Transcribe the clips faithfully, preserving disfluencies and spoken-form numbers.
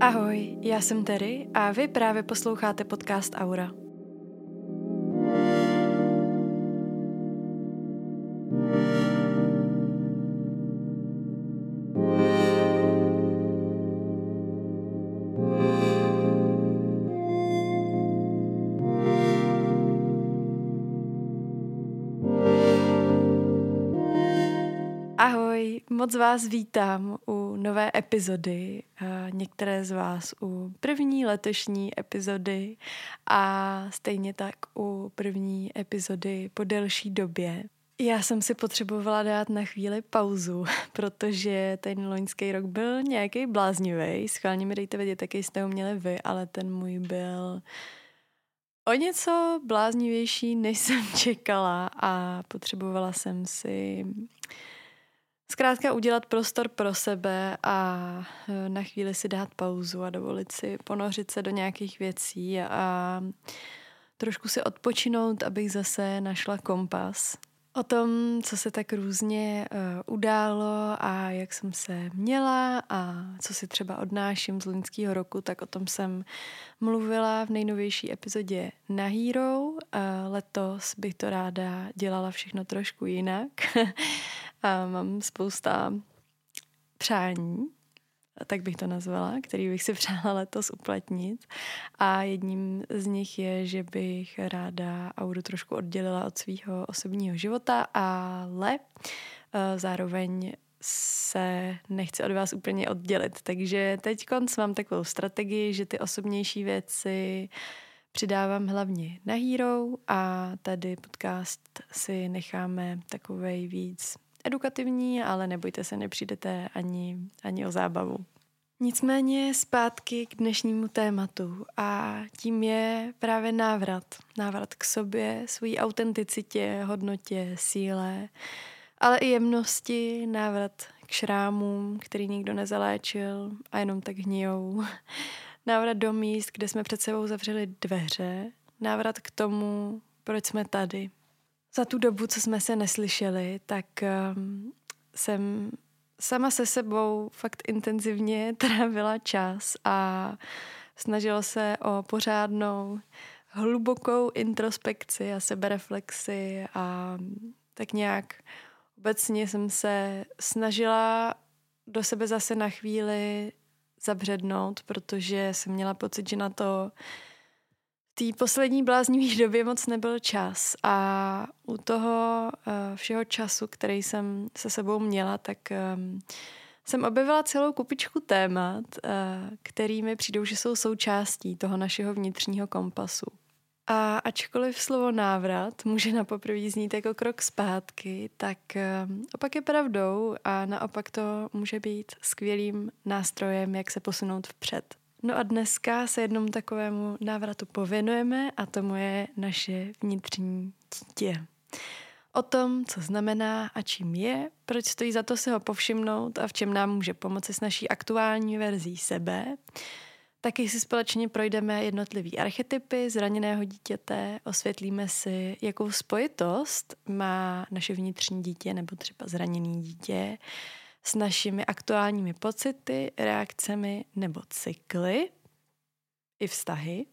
Ahoj, já jsem Terry a vy právě posloucháte podcast Aura. Ahoj, moc vás vítám u nové epizody, některé z vás u první letošní epizody a stejně tak u první epizody po delší době. Já jsem si potřebovala dát na chvíli pauzu, protože ten loňský rok byl nějaký bláznivý. Schválně mi dejte vědět, jaký jste ho měli vy, ale ten můj byl o něco bláznivější, než jsem čekala a potřebovala jsem si zkrátka udělat prostor pro sebe a na chvíli si dát pauzu a dovolit si ponořit se do nějakých věcí a trošku si odpočinout, abych zase našla kompas. O tom, co se tak různě uh, událo a jak jsem se měla a co si třeba odnáším z loňského roku, tak o tom jsem mluvila v nejnovější epizodě na Hero. Uh, letos bych to ráda dělala všechno trošku jinak. A mám spousta přání, tak bych to nazvala, který bych si přála letos uplatnit. A jedním z nich je, že bych ráda Auru trošku oddělila od svého osobního života, ale zároveň se nechci od vás úplně oddělit. Takže teď mám takovou strategii, že ty osobnější věci přidávám hlavně na Hero a tady podcast si necháme takovej víc edukativní, ale nebojte se, nepřijdete ani, ani o zábavu. Nicméně zpátky k dnešnímu tématu a tím je právě návrat. Návrat k sobě, svojí autenticitě, hodnotě, síle, ale i jemnosti, návrat k šrámům, který nikdo nezaléčil a jenom tak hnijou. Návrat do míst, kde jsme před sebou zavřeli dveře. Návrat k tomu, proč jsme tady. Za tu dobu, co jsme se neslyšeli, tak um, jsem sama se sebou fakt intenzivně trávila čas a snažila se o pořádnou, hlubokou introspekci a sebereflexi a tak nějak obecně jsem se snažila do sebe zase na chvíli zabřednout, protože jsem měla pocit, že na to v té poslední bláznivý době moc nebyl čas a u toho uh, všeho času, který jsem se sebou měla, tak um, jsem objevila celou kupičku témat, uh, který mi přijdou, že jsou součástí toho našeho vnitřního kompasu. A ačkoliv slovo návrat může na poprvé znít jako krok zpátky, tak um, opak je pravdou a naopak to může být skvělým nástrojem, jak se posunout vpřed. No a dneska se jednomu takovému návratu pověnujeme a tomu je naše vnitřní dítě. O tom, co znamená a čím je, proč stojí za to se ho povšimnout a v čem nám může pomoci s naší aktuální verzí sebe. Taky si společně projdeme jednotlivý archetypy zraněného dítěte, osvětlíme si, jakou spojitost má naše vnitřní dítě nebo třeba zraněné dítě s našimi aktuálními pocity, reakcemi nebo cykly i vztahy.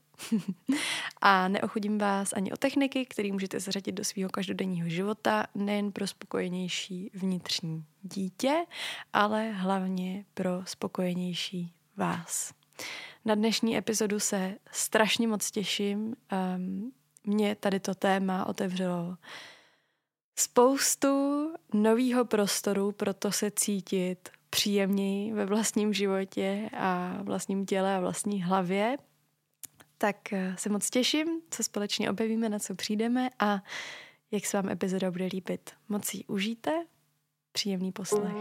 A neochudím vás ani o techniky, které můžete zařadit do svého každodenního života, nejen pro spokojenější vnitřní dítě, ale hlavně pro spokojenější vás. Na dnešní epizodu se strašně moc těším. Um, mě tady to téma otevřelo spoustu novýho prostoru pro to se cítit příjemněji ve vlastním životě a vlastním těle a vlastní hlavě. Tak se moc těším, co společně objevíme, na co přijdeme a jak se vám epizoda bude líbit. Moc ji užijte, příjemný poslech.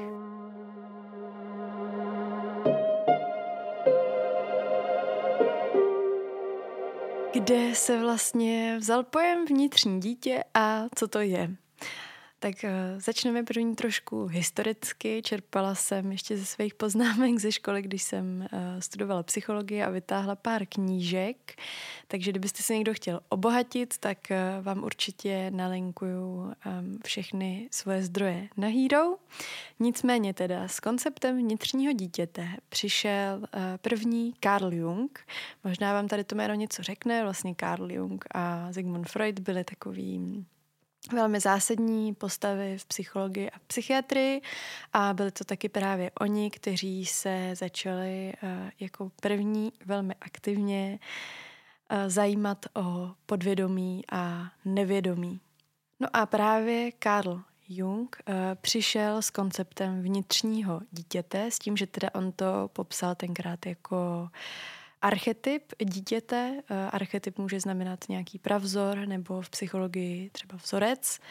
Kde se vlastně vzal pojem vnitřní dítě a co to je? Tak uh, začneme první trošku historicky. Čerpala jsem ještě ze svých poznámek ze školy, když jsem uh, studovala psychologii a vytáhla pár knížek. Takže kdybyste se někdo chtěl obohatit, tak uh, vám určitě nalinkuju um, všechny svoje zdroje na Hero. Nicméně teda s konceptem vnitřního dítěte přišel uh, první Carl Jung. Možná vám tady to jméno něco řekne. Vlastně Carl Jung a Sigmund Freud byli takový velmi zásadní postavy v psychologii a psychiatrii a byli to taky právě oni, kteří se začali uh, jako první velmi aktivně uh, zajímat o podvědomí a nevědomí. No a právě Carl Jung uh, přišel s konceptem vnitřního dítěte s tím, že teda on to popsal tenkrát jako archetyp dítěte. Archetyp může znamenat nějaký pravzor nebo v psychologii třeba vzorec.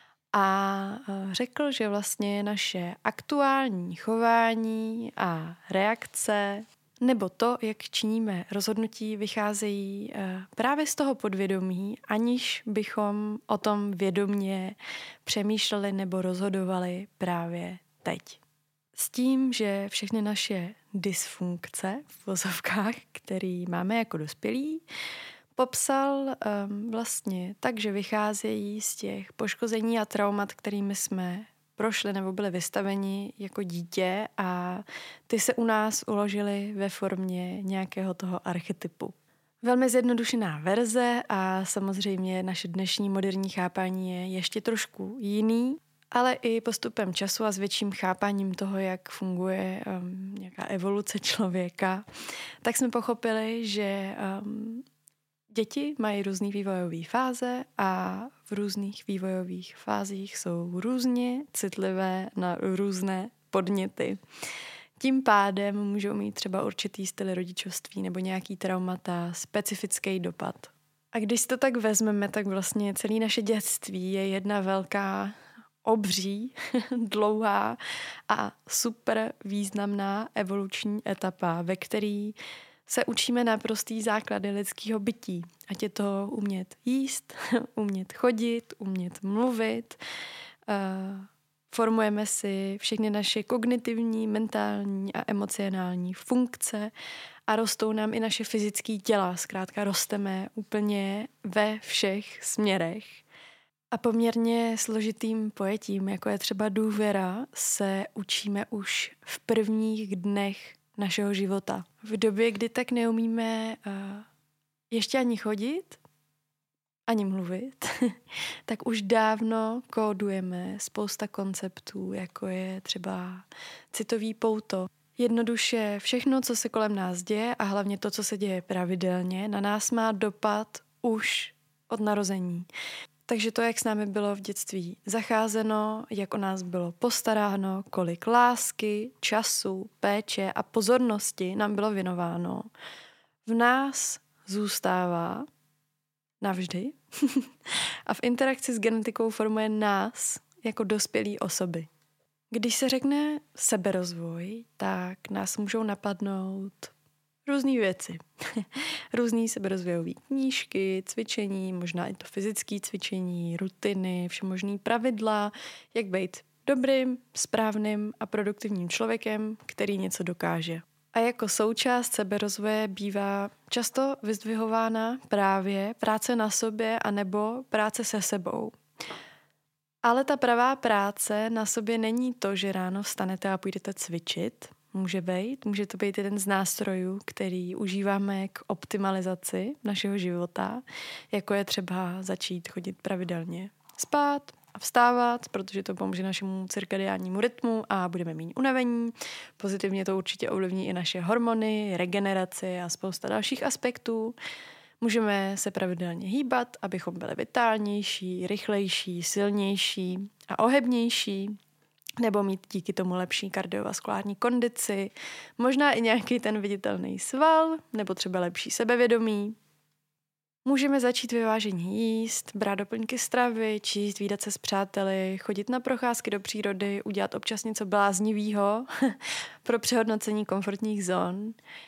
A řekl, že vlastně naše aktuální chování a reakce nebo to, jak činíme rozhodnutí, vycházejí právě z toho podvědomí, aniž bychom o tom vědomě přemýšleli nebo rozhodovali právě teď. S tím, že všechny naše dysfunkce v vozovkách, který máme jako dospělí, popsal um, vlastně tak, že vycházejí z těch poškození a traumat, kterými jsme prošli nebo byli vystaveni jako dítě a ty se u nás uložily ve formě nějakého toho archetypu. Velmi zjednodušená verze a samozřejmě naše dnešní moderní chápání je ještě trošku jiný, ale i postupem času a s větším chápáním toho, jak funguje um, nějaká evoluce člověka, tak jsme pochopili, že um, děti mají různý vývojové fáze a v různých vývojových fázích jsou různě citlivé na různé podněty. Tím pádem můžou mít třeba určitý styl rodičovství nebo nějaký traumata, specifický dopad. A když si to tak vezmeme, tak vlastně celé naše dětství je jedna velká obří, dlouhá a super významná evoluční etapa, ve které se učíme naprostý základy lidského bytí. Ať je to umět jíst, umět chodit, umět mluvit. Uh, formujeme si všechny naše kognitivní, mentální a emocionální funkce a rostou nám i naše fyzické těla. Zkrátka rosteme úplně ve všech směrech. A poměrně složitým pojetím, jako je třeba důvěra, se učíme už v prvních dnech našeho života. V době, kdy tak neumíme uh, ještě ani chodit, ani mluvit, tak už dávno kódujeme spousta konceptů, jako je třeba citový pouto. Jednoduše všechno, co se kolem nás děje a hlavně to, co se děje pravidelně, na nás má dopad už od narození. Takže to, jak s námi bylo v dětství zacházeno, jak o nás bylo postaráno, kolik lásky, času, péče a pozornosti nám bylo věnováno, v nás zůstává navždy a v interakci s genetikou formuje nás jako dospělé osoby. Když se řekne seberozvoj, tak nás můžou napadnout různý věci. Různý seberozvojové knížky, cvičení, možná i to fyzické cvičení, rutiny, všemožný pravidla, jak být dobrým, správným a produktivním člověkem, který něco dokáže. A jako součást seberozvoje bývá často vyzdvihována právě práce na sobě anebo práce se sebou. Ale ta pravá práce na sobě není to, že ráno vstanete a půjdete cvičit. Může být, může to být jeden z nástrojů, který užíváme k optimalizaci našeho života, jako je třeba začít chodit pravidelně spát a vstávat, protože to pomůže našemu cirkadiánnímu rytmu a budeme méně unavení. Pozitivně to určitě ovlivní i naše hormony, regeneraci a spousta dalších aspektů. Můžeme se pravidelně hýbat, abychom byli vitálnější, rychlejší, silnější a ohebnější, nebo mít díky tomu lepší kardiovaskulární kondici, možná i nějaký ten viditelný sval, nebo třeba lepší sebevědomí. Můžeme začít vyváženě jíst, brát doplňky stravy, číst, vídat se s přáteli, chodit na procházky do přírody, udělat občas něco bláznivého pro přehodnocení komfortních zón.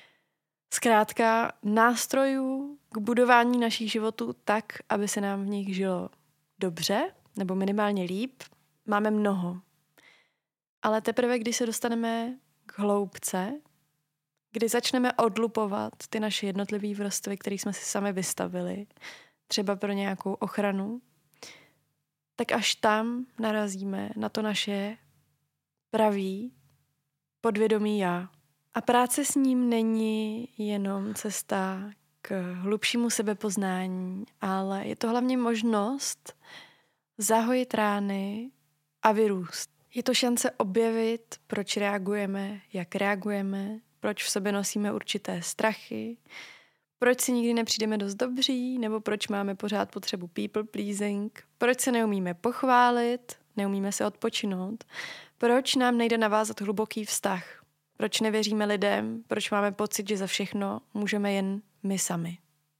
Zkrátka nástrojů k budování našich životů tak, aby se nám v nich žilo dobře, nebo minimálně líp, máme mnoho. Ale teprve, když se dostaneme k hloubce, kdy začneme odlupovat ty naše jednotlivé vrstvy, které jsme si sami vystavili, třeba pro nějakou ochranu, tak až tam narazíme na to naše pravý podvědomí já. A práce s ním není jenom cesta k hlubšímu sebepoznání, ale je to hlavně možnost zahojit rány a vyrůst. Je to šance objevit, proč reagujeme, jak reagujeme, proč v sobě nosíme určité strachy, proč si nikdy nepřijdeme dost dobří, nebo proč máme pořád potřebu people pleasing, proč se neumíme pochválit, neumíme se odpočinout, proč nám nejde navázat hluboký vztah, proč nevěříme lidem, proč máme pocit, že za všechno můžeme jen my sami.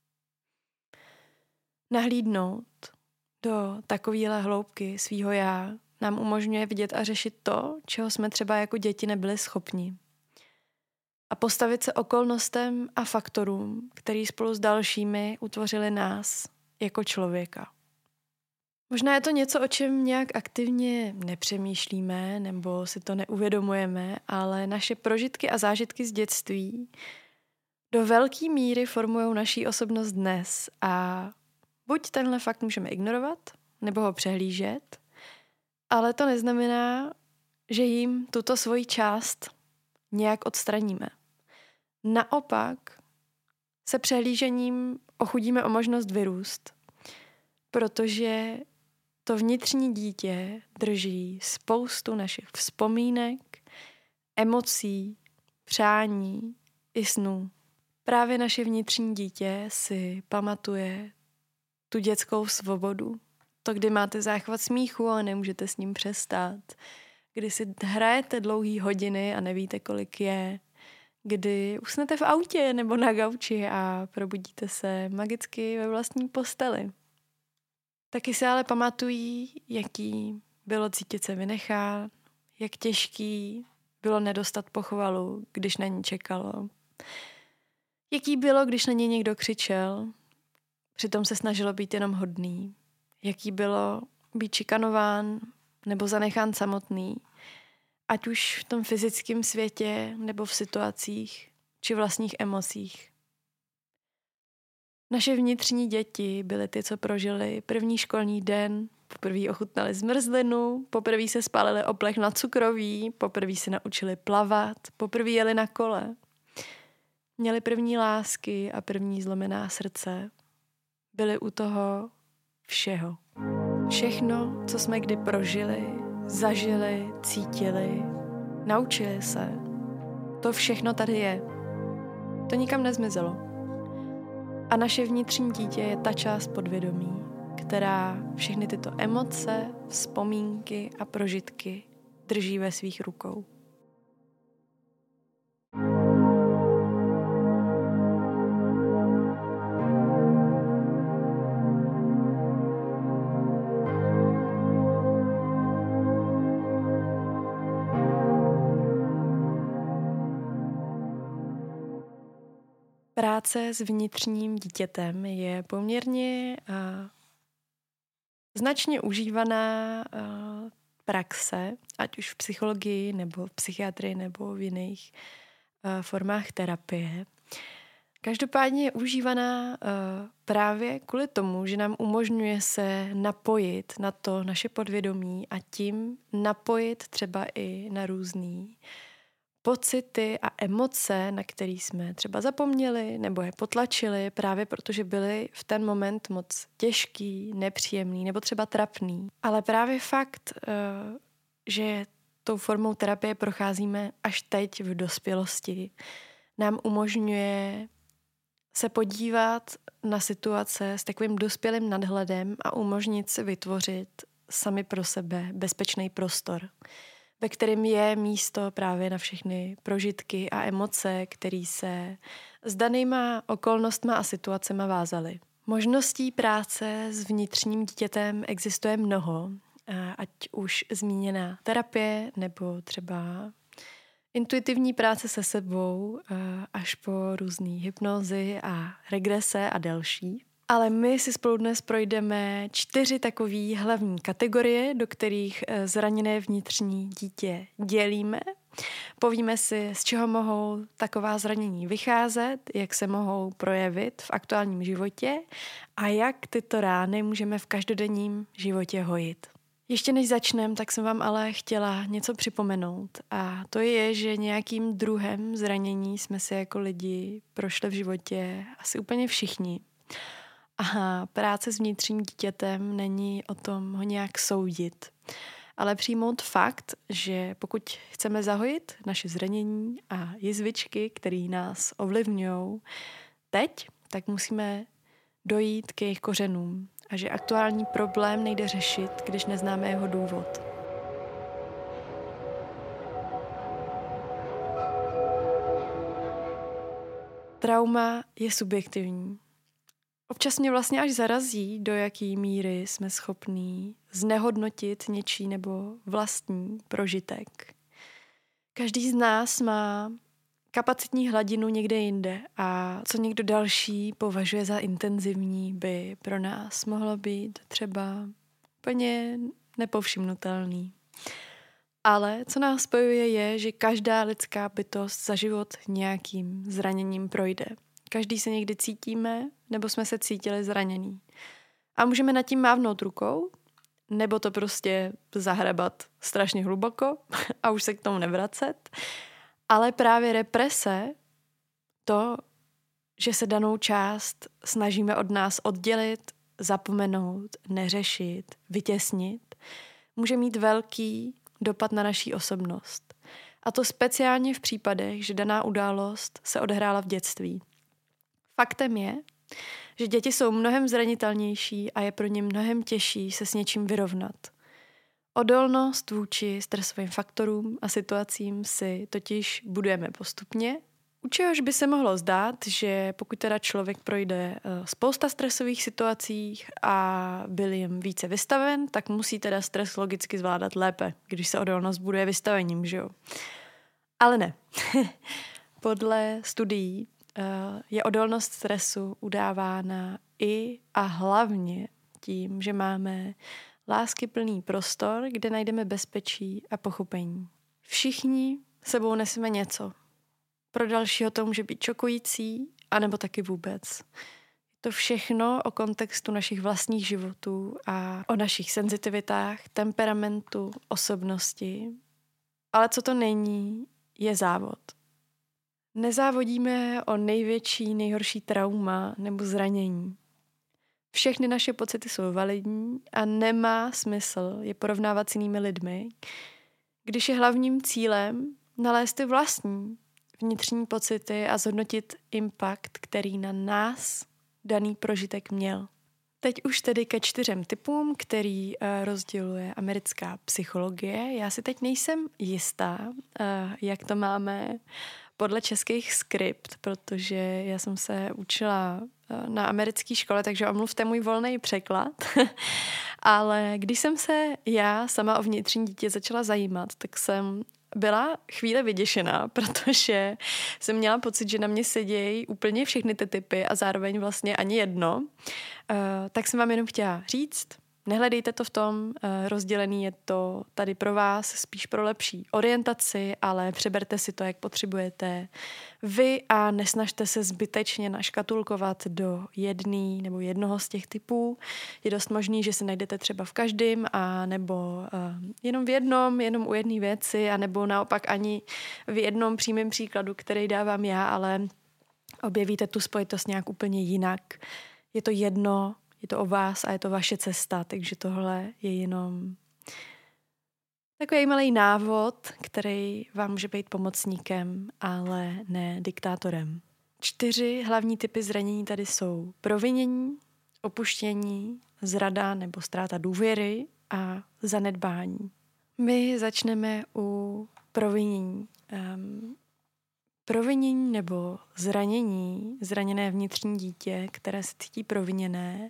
Nahlídnout do takovéhle hloubky svýho já nám umožňuje vidět a řešit to, čeho jsme třeba jako děti nebyli schopni. A postavit se okolnostem a faktorům, který spolu s dalšími utvořili nás jako člověka. Možná je to něco, o čem nějak aktivně nepřemýšlíme nebo si to neuvědomujeme, ale naše prožitky a zážitky z dětství do velké míry formují naší osobnost dnes a buď tenhle fakt můžeme ignorovat, nebo ho přehlížet, ale to neznamená, že jim tuto svoji část nějak odstraníme. Naopak se přehlížením ochudíme o možnost vyrůst, protože to vnitřní dítě drží spoustu našich vzpomínek, emocí, přání i snů. Právě naše vnitřní dítě si pamatuje tu dětskou svobodu. To, kdy máte záchvat smíchu, ale nemůžete s ním přestat. Kdy si hrajete dlouhý hodiny a nevíte, kolik je. Kdy usnete v autě nebo na gauči a probudíte se magicky ve vlastní posteli. Taky se ale pamatují, jaký bylo cítit se vynechán, jak těžký bylo nedostat pochvalu, když na ní čekalo. Jaký bylo, když na ně někdo křičel, přitom se snažilo být jenom hodný. Jaký bylo být šikanován nebo zanechán samotný, ať už v tom fyzickém světě nebo v situacích či vlastních emocích. Naše vnitřní děti byly ty, co prožili první školní den, poprvé ochutnali zmrzlinu, poprvé se spálili oplech na cukroví, poprvé se naučili plavat, poprvé jeli na kole. Měli první lásky a první zlomená srdce. Byli u toho všeho. Všechno, co jsme kdy prožili, zažili, cítili, naučili se, to všechno tady je. To nikam nezmizelo. A naše vnitřní dítě je ta část podvědomí, která všechny tyto emoce, vzpomínky a prožitky drží ve svých rukou. Práce s vnitřním dítětem je poměrně uh, značně užívaná uh, praxe, ať už v psychologii, nebo v psychiatrii, nebo v jiných uh, formách terapie. Každopádně je užívaná uh, právě kvůli tomu, že nám umožňuje se napojit na to naše podvědomí a tím napojit třeba i na různý pocity a emoce, na které jsme třeba zapomněli nebo je potlačili právě protože byly v ten moment moc těžký, nepříjemný nebo třeba trapný. Ale právě fakt, že tou formou terapie procházíme až teď v dospělosti, nám umožňuje se podívat na situace s takovým dospělým nadhledem a umožnit si vytvořit sami pro sebe bezpečný prostor, ve kterém je místo právě na všechny prožitky a emoce, které se s danýma okolnostma a situacema vázaly. Možností práce s vnitřním dítětem existuje mnoho, ať už zmíněná terapie nebo třeba intuitivní práce se sebou až po různé hypnózy a regrese a další. Ale my si spolu dnes projdeme čtyři takové hlavní kategorie, do kterých zraněné vnitřní dítě dělíme. Povíme si, z čeho mohou taková zranění vycházet, jak se mohou projevit v aktuálním životě a jak tyto rány můžeme v každodenním životě hojit. Ještě než začneme, tak jsem vám ale chtěla něco připomenout a to je, že nějakým druhem zranění jsme si jako lidi prošli v životě asi úplně všichni. A práce s vnitřním dítětem není o tom ho nějak soudit, ale přijmout fakt, že pokud chceme zahojit naše zranění a jizvičky, které nás ovlivňují teď, tak musíme dojít k jejich kořenům a že aktuální problém nejde řešit, když neznáme jeho důvod. Trauma je subjektivní. Občas mě vlastně až zarazí, do jaký míry jsme schopní znehodnotit něčí nebo vlastní prožitek. Každý z nás má kapacitní hladinu někde jinde a co někdo další považuje za intenzivní, by pro nás mohlo být třeba úplně nepovšimnutelný. Ale co nás spojuje je, že každá lidská bytost za život nějakým zraněním projde. Každý se někdy cítíme, nebo jsme se cítili zraněný. A můžeme nad tím mávnout rukou, nebo to prostě zahrabat strašně hluboko a už se k tomu nevracet. Ale právě represe, to, že se danou část snažíme od nás oddělit, zapomenout, neřešit, vytěsnit, může mít velký dopad na naší osobnost. A to speciálně v případech, že daná událost se odehrála v dětství. Faktem je, že děti jsou mnohem zranitelnější a je pro ně mnohem těžší se s něčím vyrovnat. Odolnost vůči stresovým faktorům a situacím si totiž budujeme postupně, u čehož by se mohlo zdát, že pokud teda člověk projde spousta stresových situací a byl jim více vystaven, tak musí teda stres logicky zvládat lépe, když se odolnost buduje vystavením, že jo? Ale ne. Podle studií je odolnost stresu udávána i a hlavně tím, že máme láskyplný prostor, kde najdeme bezpečí a pochopení. Všichni sebou neseme něco. Pro dalšího to může být šokující, anebo taky vůbec. To všechno o kontextu našich vlastních životů a o našich senzitivitách, temperamentu, osobnosti. Ale co to není, je závod. Nezávodíme o největší, nejhorší trauma nebo zranění. Všechny naše pocity jsou validní a nemá smysl je porovnávat s jinými lidmi, když je hlavním cílem nalézt ty vlastní vnitřní pocity a zhodnotit impact, který na nás daný prožitek měl. Teď už tedy ke čtyřem typům, který rozděluje americká psychologie. Já si teď nejsem jistá, jak to máme podle českých skript, protože já jsem se učila na americké škole, takže omluvte můj volný překlad. Ale když jsem se já sama o vnitřní dítě začala zajímat, tak jsem byla chvíle vyděšená, protože jsem měla pocit, že na mě sedějí úplně všechny ty typy a zároveň vlastně ani jedno. Uh, tak jsem vám jenom chtěla říct, nehledejte to v tom, rozdělený je to tady pro vás, spíš pro lepší orientaci, ale přeberte si to, jak potřebujete vy a nesnažte se zbytečně naškatulkovat do jedný nebo jednoho z těch typů. Je dost možný, že se najdete třeba v každém a nebo uh, jenom v jednom, jenom u jedné věci a nebo naopak ani v jednom přímém příkladu, který dávám já, ale objevíte tu spojitost nějak úplně jinak. Je to jedno, je to o vás a je to vaše cesta, takže tohle je jenom takový malý návod, který vám může být pomocníkem, ale ne diktátorem. Čtyři hlavní typy zranění tady jsou provinění, opuštění, zrada nebo ztráta důvěry a zanedbání. My začneme u provinění. Um, Provinění nebo zranění, zraněné vnitřní dítě, které se cítí proviněné,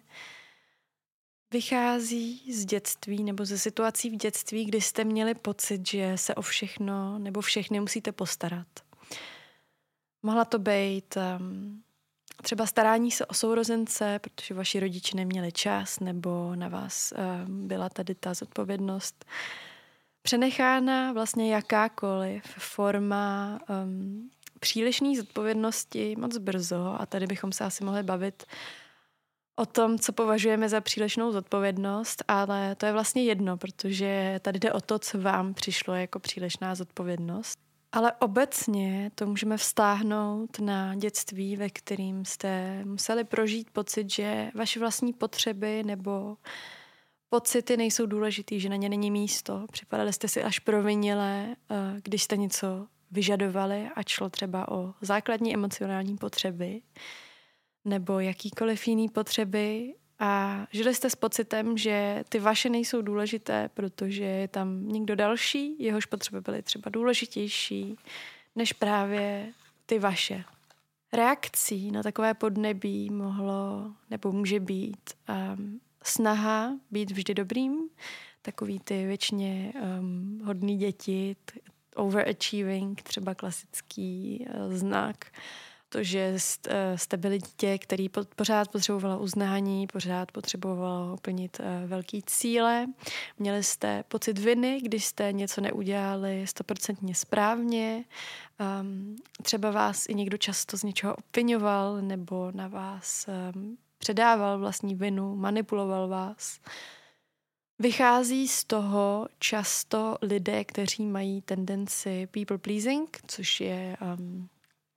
vychází z dětství nebo ze situací v dětství, kdy jste měli pocit, že se o všechno nebo všechny musíte postarat. Mohla to být um, třeba starání se o sourozence, protože vaši rodiče neměli čas, nebo na vás um, byla tady ta zodpovědnost přenechána, vlastně jakákoliv forma um, přílišné zodpovědnosti moc brzo, a tady bychom se asi mohli bavit o tom, co považujeme za přílišnou zodpovědnost, ale to je vlastně jedno, protože tady jde o to, co vám přišlo jako přílišná zodpovědnost. Ale obecně to můžeme vztáhnout na dětství, ve kterým jste museli prožít pocit, že vaše vlastní potřeby nebo pocity nejsou důležitý, že na ně není místo. Připadali jste si až provinile, když jste něco vyžadovali, ať šlo třeba o základní emocionální potřeby nebo jakýkoliv jiný potřeby, a žili jste s pocitem, že ty vaše nejsou důležité, protože je tam někdo další, jehož potřeby byly třeba důležitější než právě ty vaše. Reakcí na takové podnebí mohlo nebo může být um, snaha být vždy dobrým, takový ty věčně um, hodný děti, t- overachieving, třeba klasický uh, znak, to, že jste byli dítě, který pořád potřebovalo uznání, pořád potřebovalo plnit velký cíle. Měli jste pocit viny, když jste něco neudělali stoprocentně správně. Um, třeba vás i někdo často z něčeho obvinoval nebo na vás um, předával vlastní vinu, manipuloval vás. Vychází z toho často lidé, kteří mají tendenci people pleasing, což je... Um,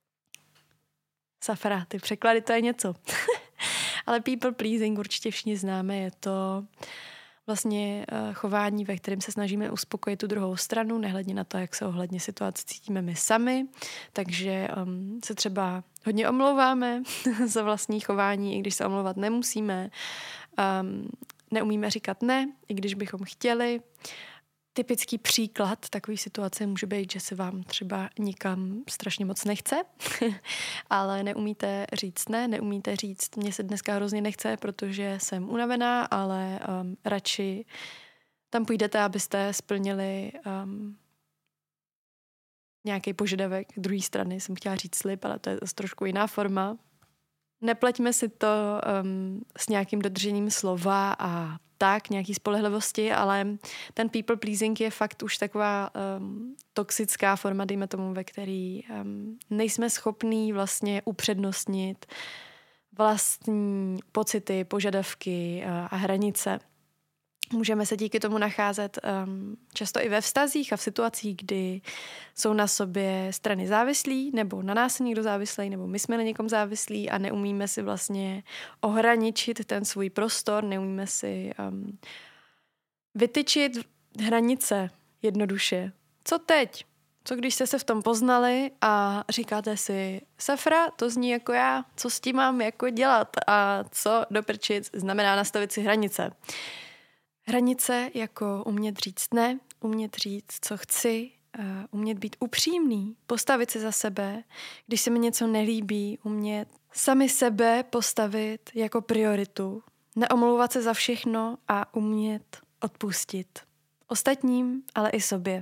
Safra, ty překlady, to je něco. Ale people pleasing určitě všichni známe, je to vlastně uh, chování, ve kterém se snažíme uspokojit tu druhou stranu, nehledně na to, jak se ohledně situace cítíme my sami. Takže um, se třeba hodně omlouváme za vlastní chování, i když se omlouvat nemusíme. Um, neumíme říkat ne, i když bychom chtěli. Typický příklad takové situace může být, že se vám třeba nikam strašně moc nechce, ale neumíte říct ne, neumíte říct, mně se dneska hrozně nechce, protože jsem unavená, ale um, radši tam půjdete, abyste splnili um, nějaký požadavek druhé strany. Jsem chtěla říct slib, ale to je trošku jiná forma. Nepleťme si to um, s nějakým dodržením slova a tak, nějaký spolehlivosti, ale ten people pleasing je fakt už taková um, toxická forma, dejme tomu, ve který um, nejsme schopní vlastně upřednostnit vlastní pocity, požadavky a, a hranice. Můžeme se díky tomu nacházet um, často i ve vztazích a v situacích, kdy jsou na sobě strany závislí, nebo na nás někdo závislý, nebo my jsme na někom závislí a neumíme si vlastně ohraničit ten svůj prostor, neumíme si um, vytyčit hranice jednoduše. Co teď? Co když jste se v tom poznali a říkáte si, Safra, to zní jako já, co s tím mám jako dělat a co doprčit znamená nastavit si hranice. Hranice jako umět říct ne, umět říct, co chci, uh, umět být upřímný, postavit se za sebe, když se mi něco nelíbí, umět sami sebe postavit jako prioritu, neomlouvat se za všechno a umět odpustit. Ostatním, ale i sobě.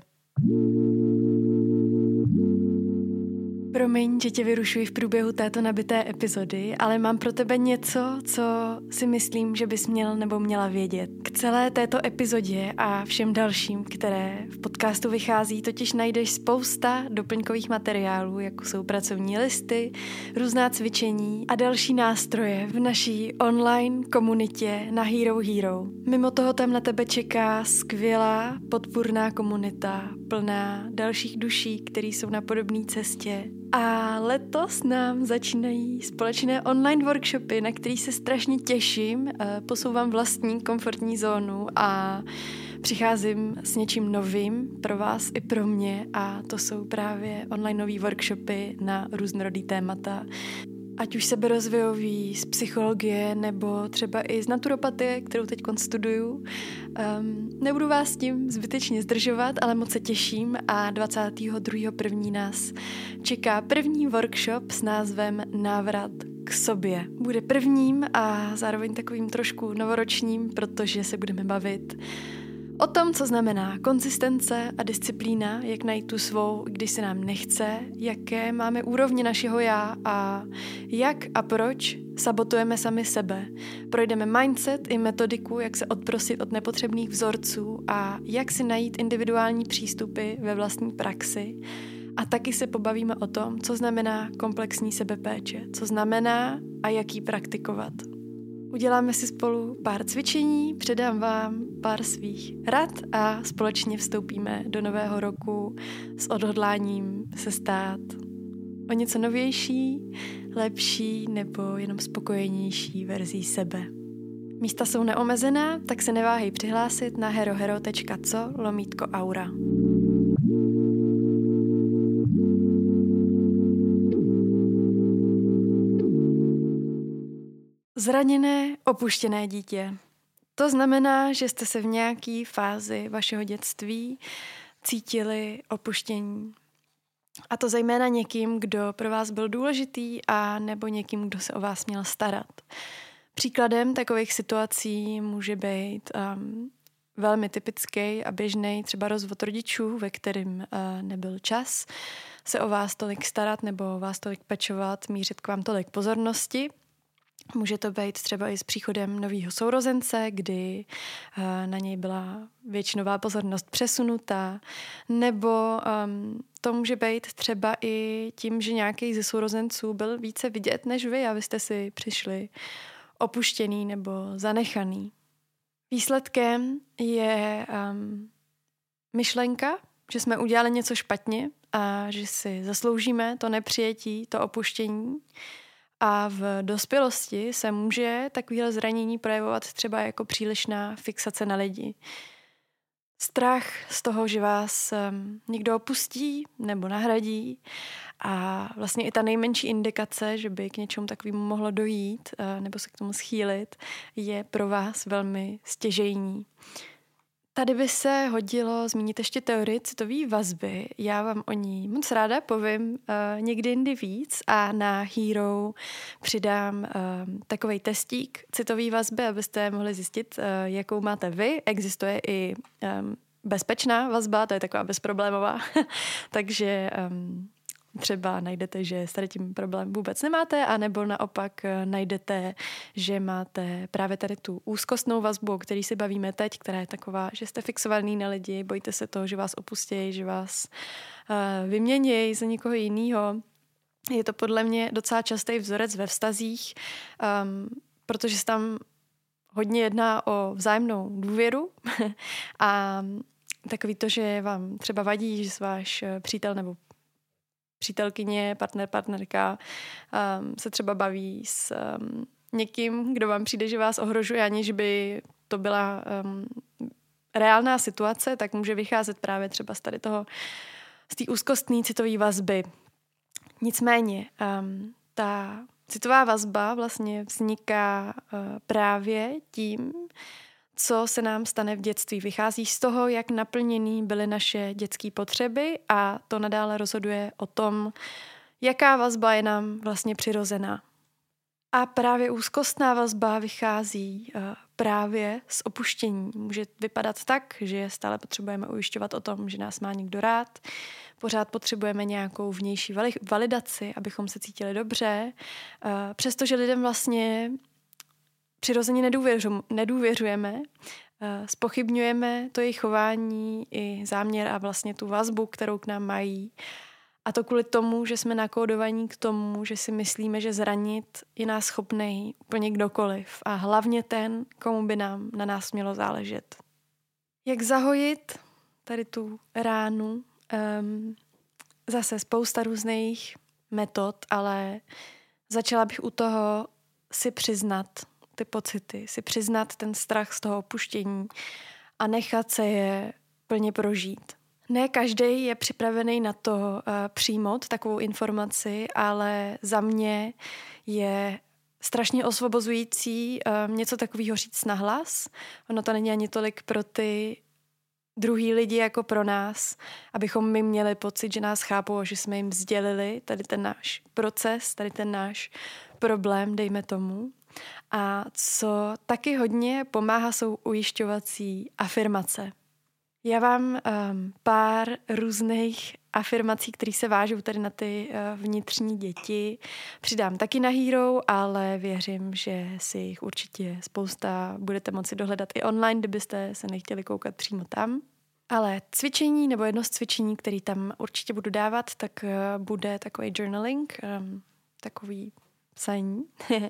Promiň, že tě vyrušuji v průběhu této nabité epizody, ale mám pro tebe něco, co si myslím, že bys měl nebo měla vědět. K celé této epizodě a všem dalším, které v podcastu vychází, totiž najdeš spousta doplňkových materiálů, jako jsou pracovní listy, různá cvičení a další nástroje v naší online komunitě na Hero Hero. Mimo toho tam na tebe čeká skvělá podpůrná komunita, plná dalších duší, které jsou na podobné cestě. A letos nám začínají společné online workshopy, na který se strašně těším. Posouvám vlastní komfortní zónu a přicházím s něčím novým pro vás i pro mě, a to jsou právě online nový workshopy na různorodý témata. Ať už seberozvojový, z psychologie nebo třeba i z naturopatie, kterou teď studuju. Um, nebudu vás tím zbytečně zdržovat, ale moc se těším a dvacátého druhého prvního nás čeká první workshop s názvem Návrat k sobě. Bude prvním a zároveň takovým trošku novoročním, protože se budeme bavit O tom, co znamená konzistence a disciplína, jak najít tu svou, když se nám nechce, jaké máme úrovně našeho já a jak a proč sabotujeme sami sebe. Projdeme mindset i metodiku, jak se odprosit od nepotřebných vzorců a jak si najít individuální přístupy ve vlastní praxi. A taky se pobavíme o tom, co znamená komplexní sebepéče, co znamená a jak ji praktikovat. Uděláme si spolu pár cvičení, předám vám pár svých rad a společně vstoupíme do nového roku s odhodláním se stát o něco novější, lepší nebo jenom spokojenější verzí sebe. Místa jsou neomezená, tak se neváhej přihlásit na herohero tečka co lomítko aura. Zraněné, opuštěné dítě. To znamená, že jste se v nějaké fázi vašeho dětství cítili opuštění. A to zejména někým, kdo pro vás byl důležitý a nebo někým, kdo se o vás měl starat. Příkladem takových situací může být um, velmi typický a běžný třeba rozvod rodičů, ve kterým uh, nebyl čas se o vás tolik starat nebo o vás tolik pečovat, mířit k vám tolik pozornosti. Může to být třeba i s příchodem nového sourozence, kdy uh, na něj byla většinová pozornost přesunutá, nebo um, to může být třeba i tím, že nějaký ze sourozenců byl více vidět než vy a vy jste si přišli opuštěný nebo zanechaný. Výsledkem je um, myšlenka, že jsme udělali něco špatně a že si zasloužíme to nepřijetí, to opuštění. A v dospělosti se může takovéhle zranění projevovat třeba jako přílišná fixace na lidi. Strach z toho, že vás um, někdo opustí nebo nahradí a vlastně i ta nejmenší indikace, že by k něčemu takovému mohlo dojít uh, nebo se k tomu schýlit, je pro vás velmi stěžejní. Tady by se hodilo zmínit ještě teorii citové vazby. Já vám o ní moc ráda povím uh, někdy jindy víc a na Hero přidám uh, takovej testík citové vazby, abyste mohli zjistit, uh, jakou máte vy. Existuje i um, bezpečná vazba, to je taková bezproblémová, takže um, třeba najdete, že s tady tím problém vůbec nemáte, anebo naopak najdete, že máte právě tady tu úzkostnou vazbu, o který si bavíme teď, která je taková, že jste fixovaný na lidi, bojíte se toho, že vás opustí, že vás uh, vyměnějí za někoho jiného. Je to podle mě docela častý vzorec ve vztazích, um, protože se tam hodně jedná o vzájemnou důvěru a takový to, že vám třeba vadí, že váš přítel nebo přítelkyně, partner, partnerka um, se třeba baví s um, někým, kdo vám přijde, že vás ohrožuje, aniž by to byla um, reálná situace, tak může vycházet právě třeba z tady toho, z té úzkostné citové vazby. Nicméně um, ta citová vazba vlastně vzniká uh, právě tím, co se nám stane v dětství. Vychází z toho, jak naplněný byly naše dětské potřeby a to nadále rozhoduje o tom, jaká vazba je nám vlastně přirozená. A právě úzkostná vazba vychází uh, právě z opuštění. Může vypadat tak, že stále potřebujeme ujišťovat o tom, že nás má někdo rád, pořád potřebujeme nějakou vnější validaci, abychom se cítili dobře, uh, přestože lidem vlastně přirozeně nedůvěřu, nedůvěřujeme, zpochybňujeme to jejich chování i záměr a vlastně tu vazbu, kterou k nám mají. A to kvůli tomu, že jsme nakódovaní k tomu, že si myslíme, že zranit je nás schopnej úplně kdokoliv a hlavně ten, komu by nám na nás mělo záležet. Jak zahojit tady tu ránu? Um, zase spousta různých metod, ale začala bych u toho si přiznat ty pocity, si přiznat ten strach z toho opuštění a nechat se je plně prožít. Ne každý je připravený na to uh, přijmout takovou informaci, ale za mě je strašně osvobozující um, něco takového říct nahlas. Ono to není ani tolik pro ty druhý lidi jako pro nás, abychom my měli pocit, že nás chápou a že jsme jim sdělili tady ten náš proces, tady ten náš problém, dejme tomu. A co taky hodně pomáhá, jsou ujišťovací afirmace. Já vám um, pár různých afirmací, které se vážou tady na ty uh, vnitřní děti, přidám taky na Hero, ale věřím, že si jich určitě spousta budete moci dohledat i online, kdybyste se nechtěli koukat přímo tam. Ale cvičení nebo jedno z cvičení, který tam určitě budu dávat, tak uh, bude takový journaling, um, takový psaní.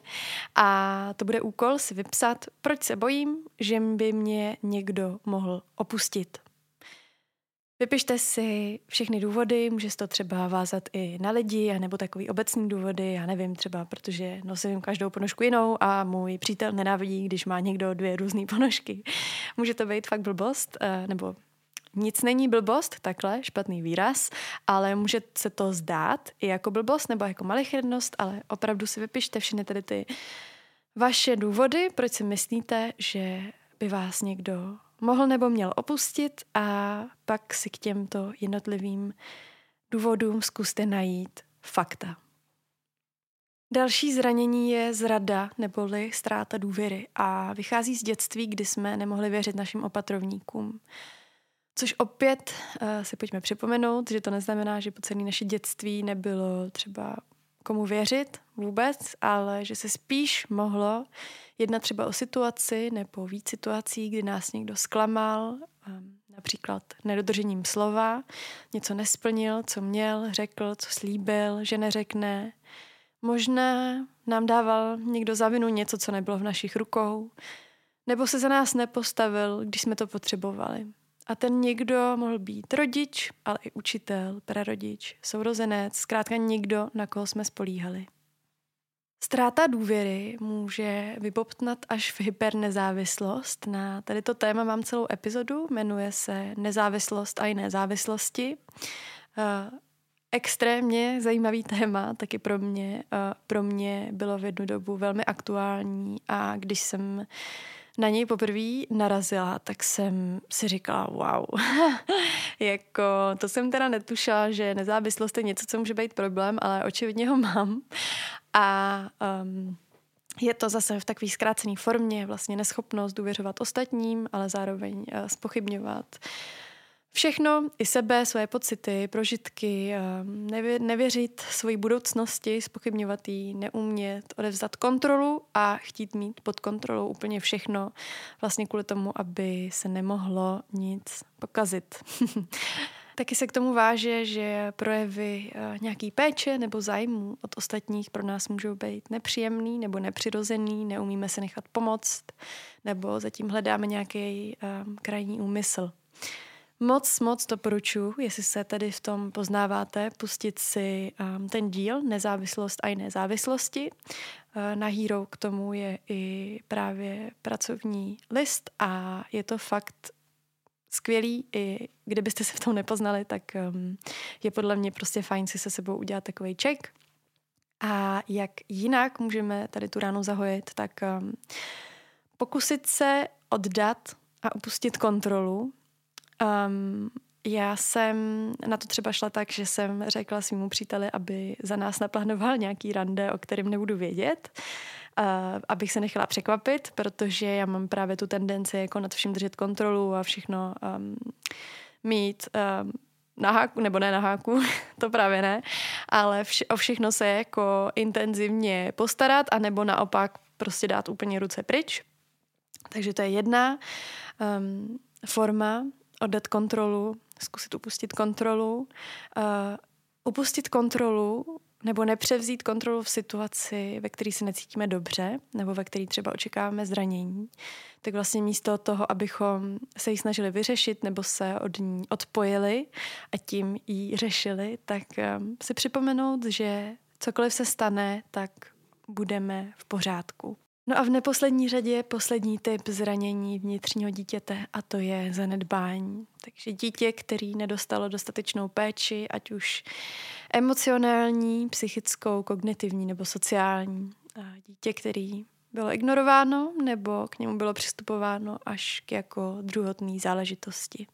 A to bude úkol si vypsat, proč se bojím, že by mě někdo mohl opustit. Vypište si všechny důvody, může se to třeba vázat i na lidi, anebo takový obecný důvody, já nevím, třeba protože nosím každou ponožku jinou a můj přítel nenávidí, když má někdo dvě různé ponožky. Může to být fakt blbost, nebo nic není blbost, takhle, špatný výraz, ale může se to zdát i jako blbost nebo jako malichernost, ale opravdu si vypište všechny tady ty vaše důvody, proč si myslíte, že by vás někdo mohl nebo měl opustit, a pak si k těmto jednotlivým důvodům zkuste najít fakta. Další zranění je zrada neboli ztráta důvěry a vychází z dětství, kdy jsme nemohli věřit našim opatrovníkům. Což opět uh, si pojďme připomenout, že to neznamená, že po celé naše dětství nebylo třeba komu věřit vůbec, ale že se spíš mohlo jednat třeba o situaci nebo víc situací, kdy nás někdo zklamal, um, například nedodržením slova, něco nesplnil, co měl, řekl, co slíbil, že neřekne. Možná nám dával někdo za vinu něco, co nebylo v našich rukou, nebo se za nás nepostavil, když jsme to potřebovali. A ten někdo mohl být rodič, ale i učitel, prarodič, sourozenec, zkrátka někdo, na koho jsme spolíhali. Ztráta důvěry může vybobtnat až v hypernezávislost. Na tady to téma mám celou epizodu, jmenuje se Nezávislost a jiné závislosti. Uh, extrémně zajímavý téma, taky pro mě, uh, pro mě bylo v jednu dobu velmi aktuální, a když jsem na něj poprvé narazila, tak jsem si říkala, wow, jako to jsem teda netušila, že nezávislost je něco, co může být problém, ale očividně ho mám. A um, je to zase v takové zkrácené formě, vlastně neschopnost důvěřovat ostatním, ale zároveň uh, zpochybňovat všechno, i sebe, svoje pocity, prožitky, nevě, nevěřit svojí budoucnosti, zpochybňovat jí, neumět odevzdat kontrolu a chtít mít pod kontrolou úplně všechno, vlastně kvůli tomu, aby se nemohlo nic pokazit. Taky se k tomu váže, že projevy nějaký péče nebo zájmu od ostatních pro nás můžou být nepříjemný nebo nepřirozený, neumíme se nechat pomoct, nebo zatím hledáme nějaký um, krajní úmysl. Moc, moc doporučuji, jestli se tady v tom poznáváte, pustit si um, ten díl Nezávislost a jiné závislosti. Uh, na Hero k tomu je i právě pracovní list a je to fakt skvělý. I kdybyste se v tom nepoznali, tak um, je podle mě prostě fajn si se sebou udělat takovej check. A jak jinak můžeme tady tu ránu zahojit, tak um, pokusit se oddat a upustit kontrolu. Um, já jsem na to třeba šla tak, že jsem řekla svému příteli, aby za nás naplánoval nějaký rande, o kterém nebudu vědět, uh, abych se nechala překvapit, protože já mám právě tu tendenci jako nad vším držet kontrolu a všechno um, mít um, na háku, nebo ne na háku, to právě ne, ale vše, o všechno se jako intenzivně postarat, anebo naopak prostě dát úplně ruce pryč. Takže to je jedna um, forma, oddat kontrolu, zkusit upustit kontrolu. Uh, upustit kontrolu nebo nepřevzít kontrolu v situaci, ve které se necítíme dobře nebo ve které třeba očekáváme zranění, tak vlastně místo toho, abychom se ji snažili vyřešit nebo se od ní odpojili a tím ji řešili, tak um, si připomenout, že cokoliv se stane, tak budeme v pořádku. No a v neposlední řadě poslední typ zranění vnitřního dítěte, a to je zanedbání. Takže dítě, který nedostalo dostatečnou péči, ať už emocionální, psychickou, kognitivní nebo sociální. A dítě, který bylo ignorováno nebo k němu bylo přistupováno až k jako druhotné záležitosti.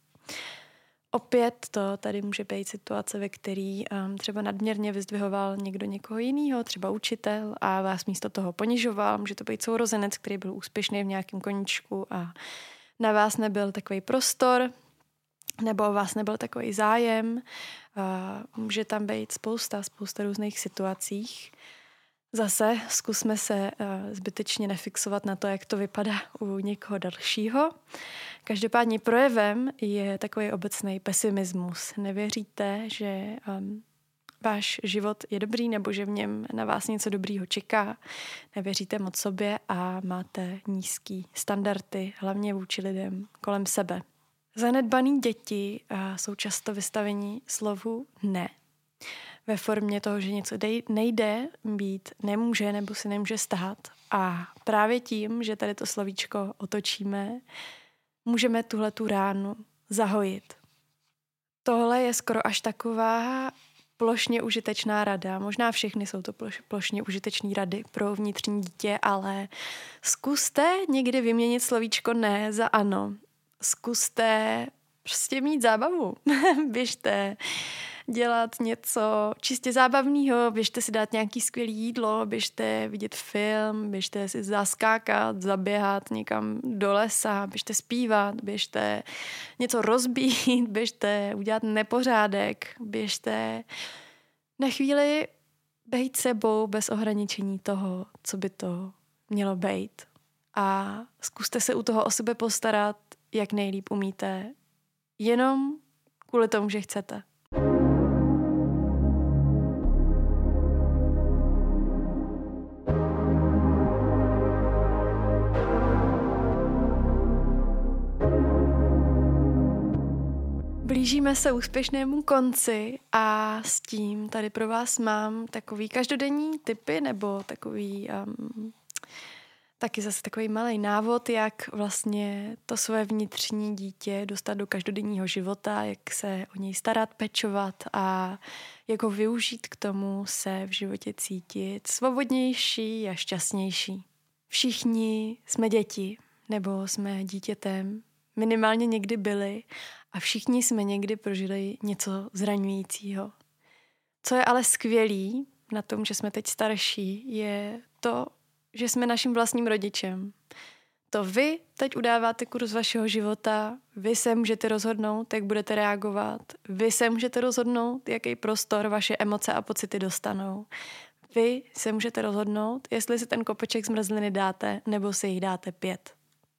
Opět to tady může být situace, ve který um, třeba nadměrně vyzdvihoval někdo někoho jiného, třeba učitel, a vás místo toho ponižoval. Může to být sourozenec, který byl úspěšný v nějakém koníčku a na vás nebyl takový prostor. nebo o vás nebyl takový zájem. Může tam být spousta, spousta různých situacích. Zase zkusme se zbytečně nefixovat na to, jak to vypadá u někoho dalšího. Každopádně projevem je takový obecný pesimismus. Nevěříte, že um, váš život je dobrý nebo že v něm na vás něco dobrýho čeká. Nevěříte moc sobě a máte nízký standardy, hlavně vůči lidem kolem sebe. Zanedbaný děti uh, jsou často vystaveni slovu ne. Ve formě toho, že něco dej, nejde, být nemůže nebo si nemůže stát. A právě tím, že tady to slovíčko otočíme, můžeme tuhletu ránu zahojit. Tohle je skoro až taková plošně užitečná rada. Možná všechny jsou to ploš, plošně užitečné rady pro vnitřní dítě, ale zkuste někdy vyměnit slovíčko ne za ano. Zkuste prostě mít zábavu. Běžte dělat něco čistě zábavného, běžte si dát nějaký skvělé jídlo, běžte vidět film, běžte si zaskákat, zaběhat někam do lesa, běžte zpívat, běžte něco rozbít, běžte udělat nepořádek, běžte na chvíli bejt sebou bez ohraničení toho, co by to mělo být. A zkuste se u toho o sebe postarat, jak nejlíp umíte, jenom kvůli tomu, že chcete. Blížíme se úspěšnému konci a s tím tady pro vás mám takový každodenní tipy nebo takový um, taky zase takový malý návod, jak vlastně to své vnitřní dítě dostat do každodenního života, jak se o něj starat, pečovat a jak ho využít k tomu se v životě cítit svobodnější a šťastnější. Všichni jsme děti nebo jsme dítětem, minimálně někdy byli a všichni jsme někdy prožili něco zraňujícího. Co je ale skvělý na tom, že jsme teď starší, je to, že jsme naším vlastním rodičem. To vy teď udáváte kurz vašeho života, vy se můžete rozhodnout, jak budete reagovat, vy se můžete rozhodnout, jaký prostor vaše emoce a pocity dostanou. Vy se můžete rozhodnout, jestli si ten kopeček zmrzliny dáte, nebo si jich dáte pět.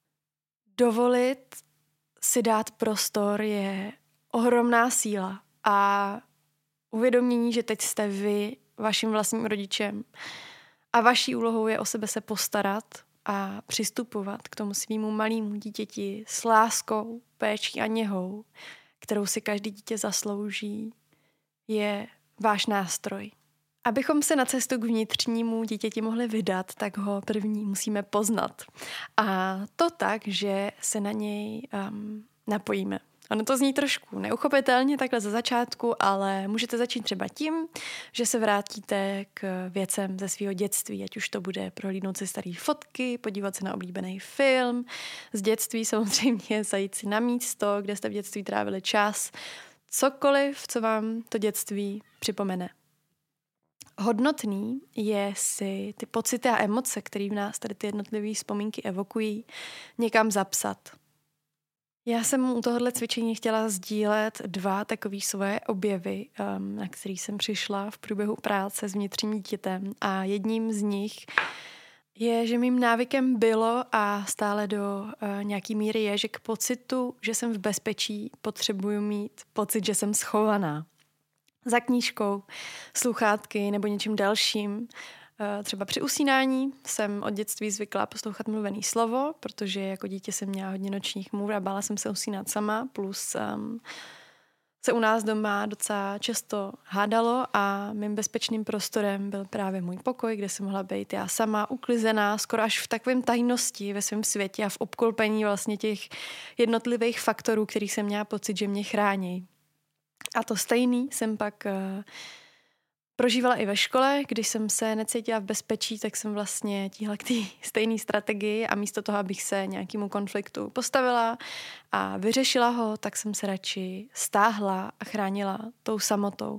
Dovolit si dát prostor je ohromná síla a uvědomění, že teď jste vy vaším vlastním rodičem a vaší úlohou je o sebe se postarat a přistupovat k tomu svýmu malému dítěti s láskou, péčí a něhou, kterou si každý dítě zaslouží, je váš nástroj. Abychom se na cestu k vnitřnímu dítěti mohli vydat, tak ho první musíme poznat. A to tak, že se na něj um, napojíme. Ono to zní trošku neuchopitelně takhle za začátku, ale můžete začít třeba tím, že se vrátíte k věcem ze svého dětství, ať už to bude prohlídnout si staré fotky, podívat se na oblíbený film, z dětství samozřejmě zajít si na místo, kde jste v dětství trávili čas, cokoliv, co vám to dětství připomene. Hodnotný je si ty pocity a emoce, které v nás tady ty jednotlivé vzpomínky evokují, někam zapsat. Já jsem u tohohle cvičení chtěla sdílet dva takové svoje objevy, um, na který jsem přišla v průběhu práce s vnitřním dítětem. A jedním z nich je, že mým návykem bylo a stále do uh, nějaký míry je, že k pocitu, že jsem v bezpečí, potřebuju mít pocit, že jsem schovaná. Za knížkou, sluchátky nebo něčím dalším. Třeba při usínání jsem od dětství zvyklá poslouchat mluvený slovo, protože jako dítě jsem měla hodně nočních můr a bála jsem se usínat sama, plus um, se u nás doma docela často hádalo a mým bezpečným prostorem byl právě můj pokoj, kde jsem mohla být já sama, uklizená, skoro až v takovém tajnosti ve svém světě a v obklopení vlastně těch jednotlivých faktorů, kterých jsem měla pocit, že mě chrání. A to stejný jsem pak uh, prožívala i ve škole, když jsem se necítila v bezpečí, tak jsem vlastně tíhla k té stejné strategii a místo toho, abych se nějakému konfliktu postavila a vyřešila ho, tak jsem se radši stáhla a chránila tou samotou.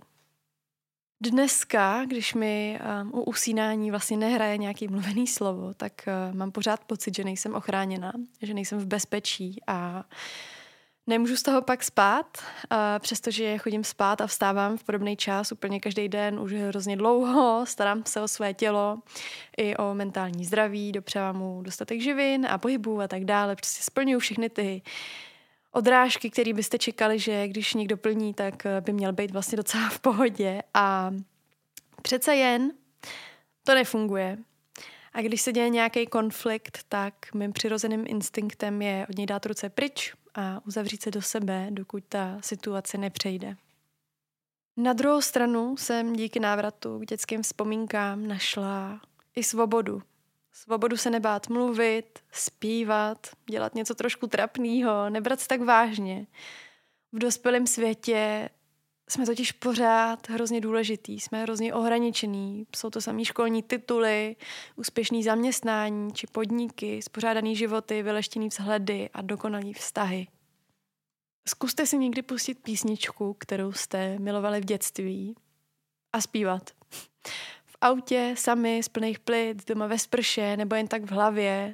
Dneska, když mi um, u usínání vlastně nehraje nějaký mluvený slovo, tak uh, mám pořád pocit, že nejsem ochráněna, že nejsem v bezpečí a Nemůžu z toho pak spát, přestože chodím spát a vstávám v podobný čas úplně každý den, už hrozně dlouho, starám se o své tělo i o mentální zdraví, dopřávám mu dostatek živin a pohybů a tak dále. Prostě splňuju všechny ty odrážky, které byste čekali, že když někdo plní, tak by měl být vlastně docela v pohodě. A přece jen to nefunguje. A když se děje nějaký konflikt, tak mým přirozeným instinktem je od něj dát ruce pryč a uzavřít se do sebe, dokud ta situace nepřejde. Na druhou stranu jsem díky návratu k dětským vzpomínkám našla i svobodu. Svobodu se nebát mluvit, zpívat, dělat něco trošku trapného, nebrat se tak vážně. V dospělém světě jsme totiž pořád hrozně důležitý, jsme hrozně ohraničený. Jsou to samý školní tituly, úspěšný zaměstnání či podniky, spořádaný životy, vyleštěný vzhledy a dokonalý vztahy. Zkuste si někdy pustit písničku, kterou jste milovali v dětství a zpívat. V autě, sami, z plných plic, doma ve sprše nebo jen tak v hlavě.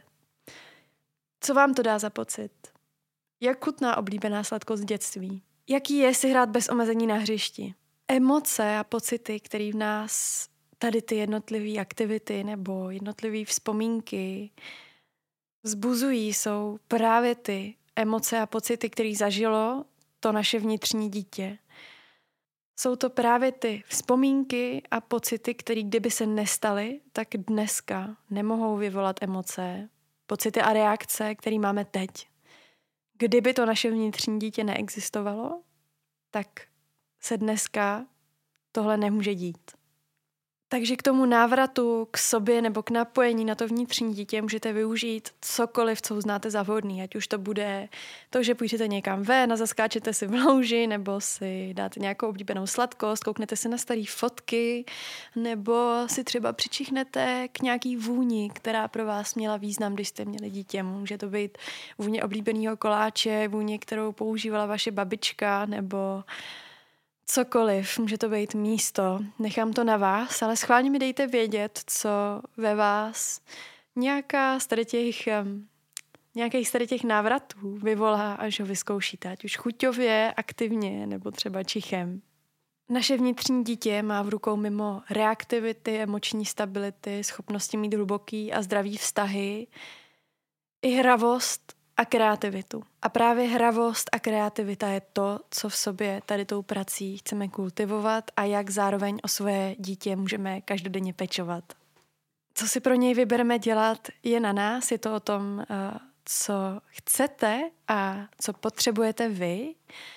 Co vám to dá za pocit? Jak chutná oblíbená sladkost dětství? Jaký je si hrát bez omezení na hřišti? Emoce a pocity, které v nás tady ty jednotlivé aktivity nebo jednotlivé vzpomínky vzbuzují, jsou právě ty emoce a pocity, které zažilo to naše vnitřní dítě. Jsou to právě ty vzpomínky a pocity, které kdyby se nestaly, tak dneska nemohou vyvolat emoce, pocity a reakce, které máme teď. Kdyby to naše vnitřní dítě neexistovalo, tak se dneska tohle nemůže dít. Takže k tomu návratu k sobě nebo k napojení na to vnitřní dítě můžete využít cokoliv, co uznáte za vhodný. Ať už to bude to, že půjdete někam ven a zaskáčete si v louži, nebo si dáte nějakou oblíbenou sladkost, kouknete si na staré fotky, nebo si třeba přičichnete k nějaký vůni, která pro vás měla význam, když jste měli dítě. Může to být vůně oblíbeného koláče, vůně, kterou používala vaše babička, nebo cokoliv, může to být místo, nechám to na vás, ale schválně mi dejte vědět, co ve vás nějaká z tady těch, nějakých z tady těch návratů vyvolá, až ho vyzkoušíte, ať už chuťově, aktivně nebo třeba čichem. Naše vnitřní dítě má v rukou mimo reaktivity, emoční stability, schopnosti mít hluboký a zdravý vztahy, i hravost a kreativitu. A právě hravost a kreativita je to, co v sobě tady tou prací chceme kultivovat a jak zároveň o své dítě můžeme každodenně pečovat. Co si pro něj vybereme dělat, je na nás, je to o tom, co chcete a co potřebujete vy,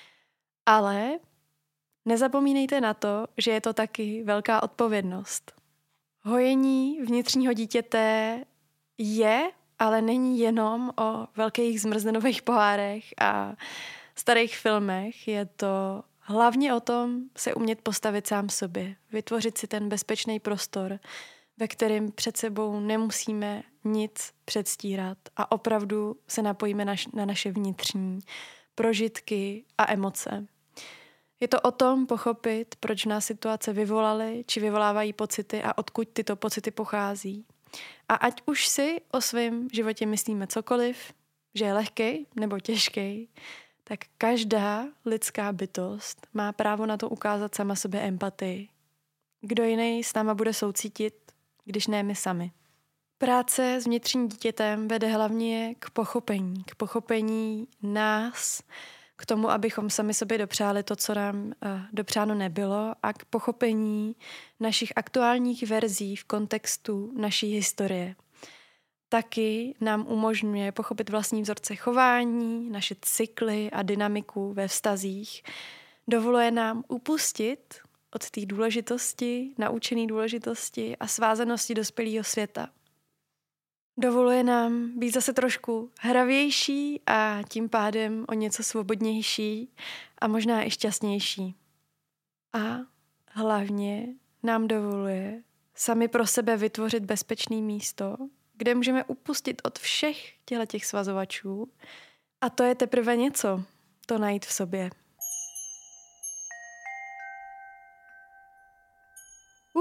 ale nezapomínejte na to, že je to taky velká odpovědnost. Hojení vnitřního dítěte je, ale není jenom o velkých zmrzlinových pohárech a starých filmech. Je to hlavně o tom se umět postavit sám sobě, vytvořit si ten bezpečný prostor, ve kterém před sebou nemusíme nic předstírat a opravdu se napojíme na, na naše vnitřní prožitky a emoce. Je to o tom pochopit, proč nás situace vyvolaly, či vyvolávají pocity a odkud tyto pocity pochází. A ať už si o svém životě myslíme cokoliv, že je lehkej nebo těžkej, tak každá lidská bytost má právo na to ukázat sama sobě empatii. Kdo jiný s náma bude soucítit, když ne my sami. Práce s vnitřním dítětem vede hlavně k pochopení, k pochopení nás, k tomu, abychom sami sobě dopřáli to, co nám uh, dopřáno nebylo, a k pochopení našich aktuálních verzí v kontextu naší historie. Taky nám umožňuje pochopit vlastní vzorce chování, naše cykly a dynamiku ve vztazích. Dovoluje nám upustit od té důležitosti, naučené důležitosti a svázanosti dospělého světa. Dovoluje nám být zase trošku hravější a tím pádem o něco svobodnější a možná i šťastnější. A hlavně nám dovoluje sami pro sebe vytvořit bezpečné místo, kde můžeme upustit od všech těch svazovačů, a to je teprve něco, to najít v sobě. Uh,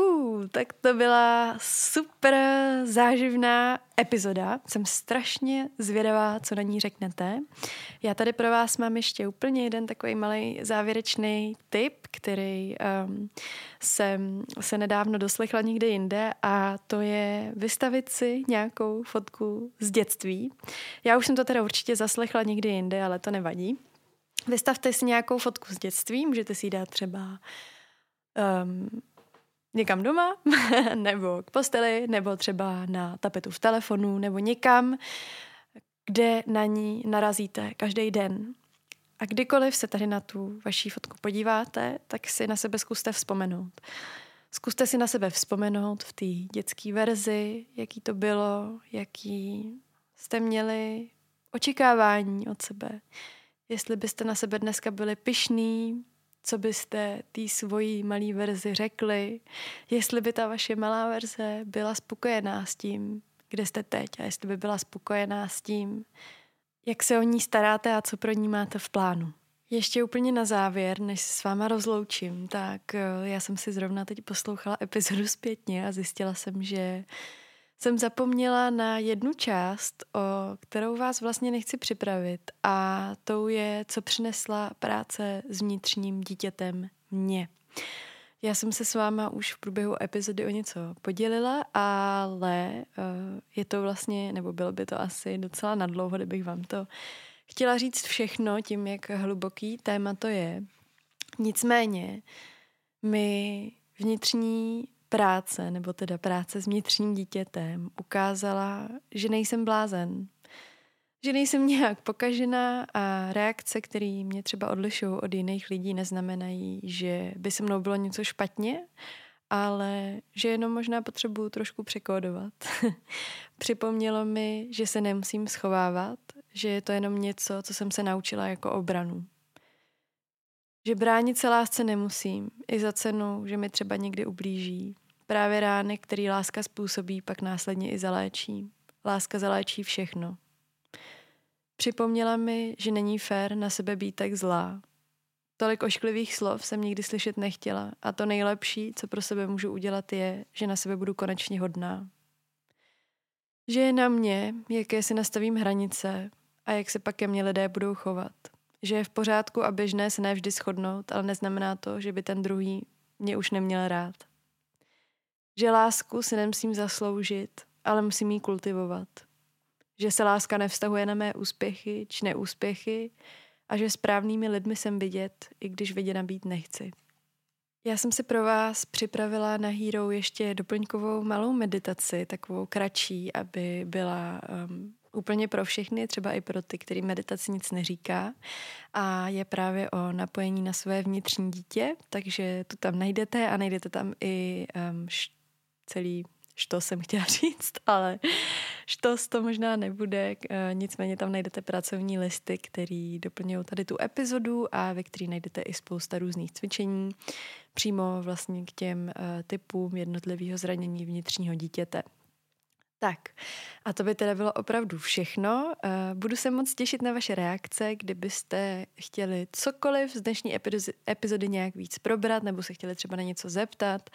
tak to byla super záživná epizoda. Jsem strašně zvědavá, co na ní řeknete. Já tady pro vás mám ještě úplně jeden takový malý závěrečný tip, který um, jsem se nedávno doslechla někde jinde, a to je vystavit si nějakou fotku z dětství. Já už jsem to teda určitě zaslechla někde jinde, ale to nevadí. Vystavte si nějakou fotku z dětství, můžete si ji dát třeba um, někam doma, nebo k posteli, nebo třeba na tapetu v telefonu, nebo někam, kde na ní narazíte každý den. A kdykoliv se tady na tu vaši fotku podíváte, tak si na sebe zkuste vzpomenout. Zkuste si na sebe vzpomenout v té dětské verzi, jaký to bylo, jaký jste měli očekávání od sebe. Jestli byste na sebe dneska byli pyšný, co byste té svojí malý verzi řekli, jestli by ta vaše malá verze byla spokojená s tím, kde jste teď, a jestli by byla spokojená s tím, jak se o ní staráte a co pro ní máte v plánu. Ještě úplně na závěr, než se s váma rozloučím, tak já jsem si zrovna teď poslouchala epizodu zpětně a zjistila jsem, že jsem zapomněla na jednu část, o kterou vás vlastně nechci připravit, a tou je, co přinesla práce s vnitřním dítětem mně. Já jsem se s váma už v průběhu epizody o něco podělila, ale je to vlastně, nebo bylo by to asi docela nadlouho, kdybych vám to chtěla říct všechno tím, jak hluboký téma to je. Nicméně mi vnitřní práce, nebo teda práce s vnitřním dítětem ukázala, že nejsem blázen. Že nejsem nějak pokažená a reakce, které mě třeba odlišují od jiných lidí, neznamenají, že by se mnou bylo něco špatně, ale že jenom možná potřebuju trošku překódovat. Připomnělo mi, že se nemusím schovávat, že je to jenom něco, co jsem se naučila jako obranu. Že bránit se lásce nemusím, i za cenu, že mi třeba někdy ublíží. Právě rány, který láska způsobí, pak následně i zaléčí. Láska zaléčí všechno. Připomněla mi, že není fér na sebe být tak zlá. Tolik ošklivých slov jsem nikdy slyšet nechtěla, a to nejlepší, co pro sebe můžu udělat, je, že na sebe budu konečně hodná. Že je na mě, jaké si nastavím hranice a jak se pak ke mně lidé budou chovat. Že je v pořádku a běžné se nevždy shodnout, ale neznamená to, že by ten druhý mě už neměl rád. Že lásku si nemusím zasloužit, ale musím ji kultivovat. Že se láska nevztahuje na mé úspěchy či neúspěchy a že správnými lidmi jsem vidět, i když viděna být nechci. Já jsem si pro vás připravila na Hero ještě doplňkovou malou meditaci, takovou kratší, aby byla um, úplně pro všechny, třeba i pro ty, který meditaci nic neříká, a je právě o napojení na své vnitřní dítě, takže tu tam najdete a najdete tam i um, š- celý štos jsem chtěla říct, ale štos to možná nebude, nicméně tam najdete pracovní listy, který doplňují tady tu epizodu a ve který najdete i spousta různých cvičení přímo vlastně k těm typům jednotlivého zranění vnitřního dítěte. Tak, a to by teda bylo opravdu všechno. Budu se moc těšit na vaše reakce, kdybyste chtěli cokoliv z dnešní epizody nějak víc probrat, nebo se chtěli třeba na něco zeptat,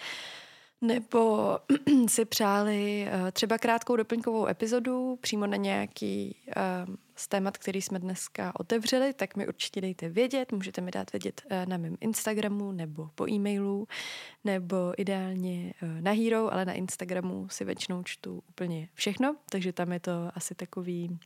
nebo si přáli uh, třeba krátkou doplňkovou epizodu přímo na nějaký uh, z témat, který jsme dneska otevřeli, tak mi určitě dejte vědět. Můžete mi dát vědět uh, na mém Instagramu nebo po e-mailu, nebo ideálně uh, na Hero, ale na Instagramu si většinou čtu úplně všechno, takže tam je to asi takový...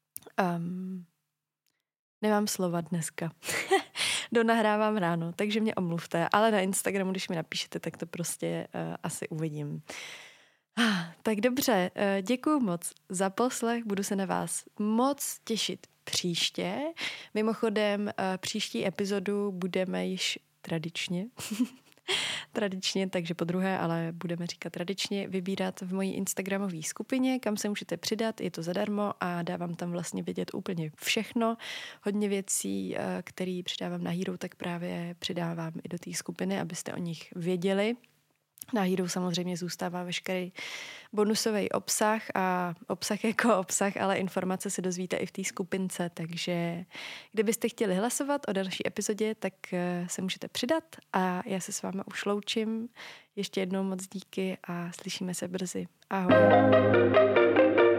Um, nemám slova dneska. Donahrávám ráno, takže mě omluvte, ale na Instagramu, když mi napíšete, tak to prostě uh, asi uvidím. Ah, tak dobře, uh, děkuju moc za poslech, budu se na vás moc těšit příště. Mimochodem, uh, příští epizodu budeme již tradičně, tradičně, takže po druhé, ale budeme říkat tradičně, vybírat v mojí instagramové skupině, kam se můžete přidat, je to zadarmo a dávám tam vlastně vidět úplně všechno. Hodně věcí, které přidávám na Hero, tak právě přidávám i do té skupiny, abyste o nich věděli. Na Hero samozřejmě zůstává veškerý bonusový obsah a obsah jako obsah, ale informace se dozvíte i v té skupince, takže kdybyste chtěli hlasovat o další epizodě, tak se můžete přidat a já se s váma už loučím. Ještě jednou moc díky a slyšíme se brzy. Ahoj.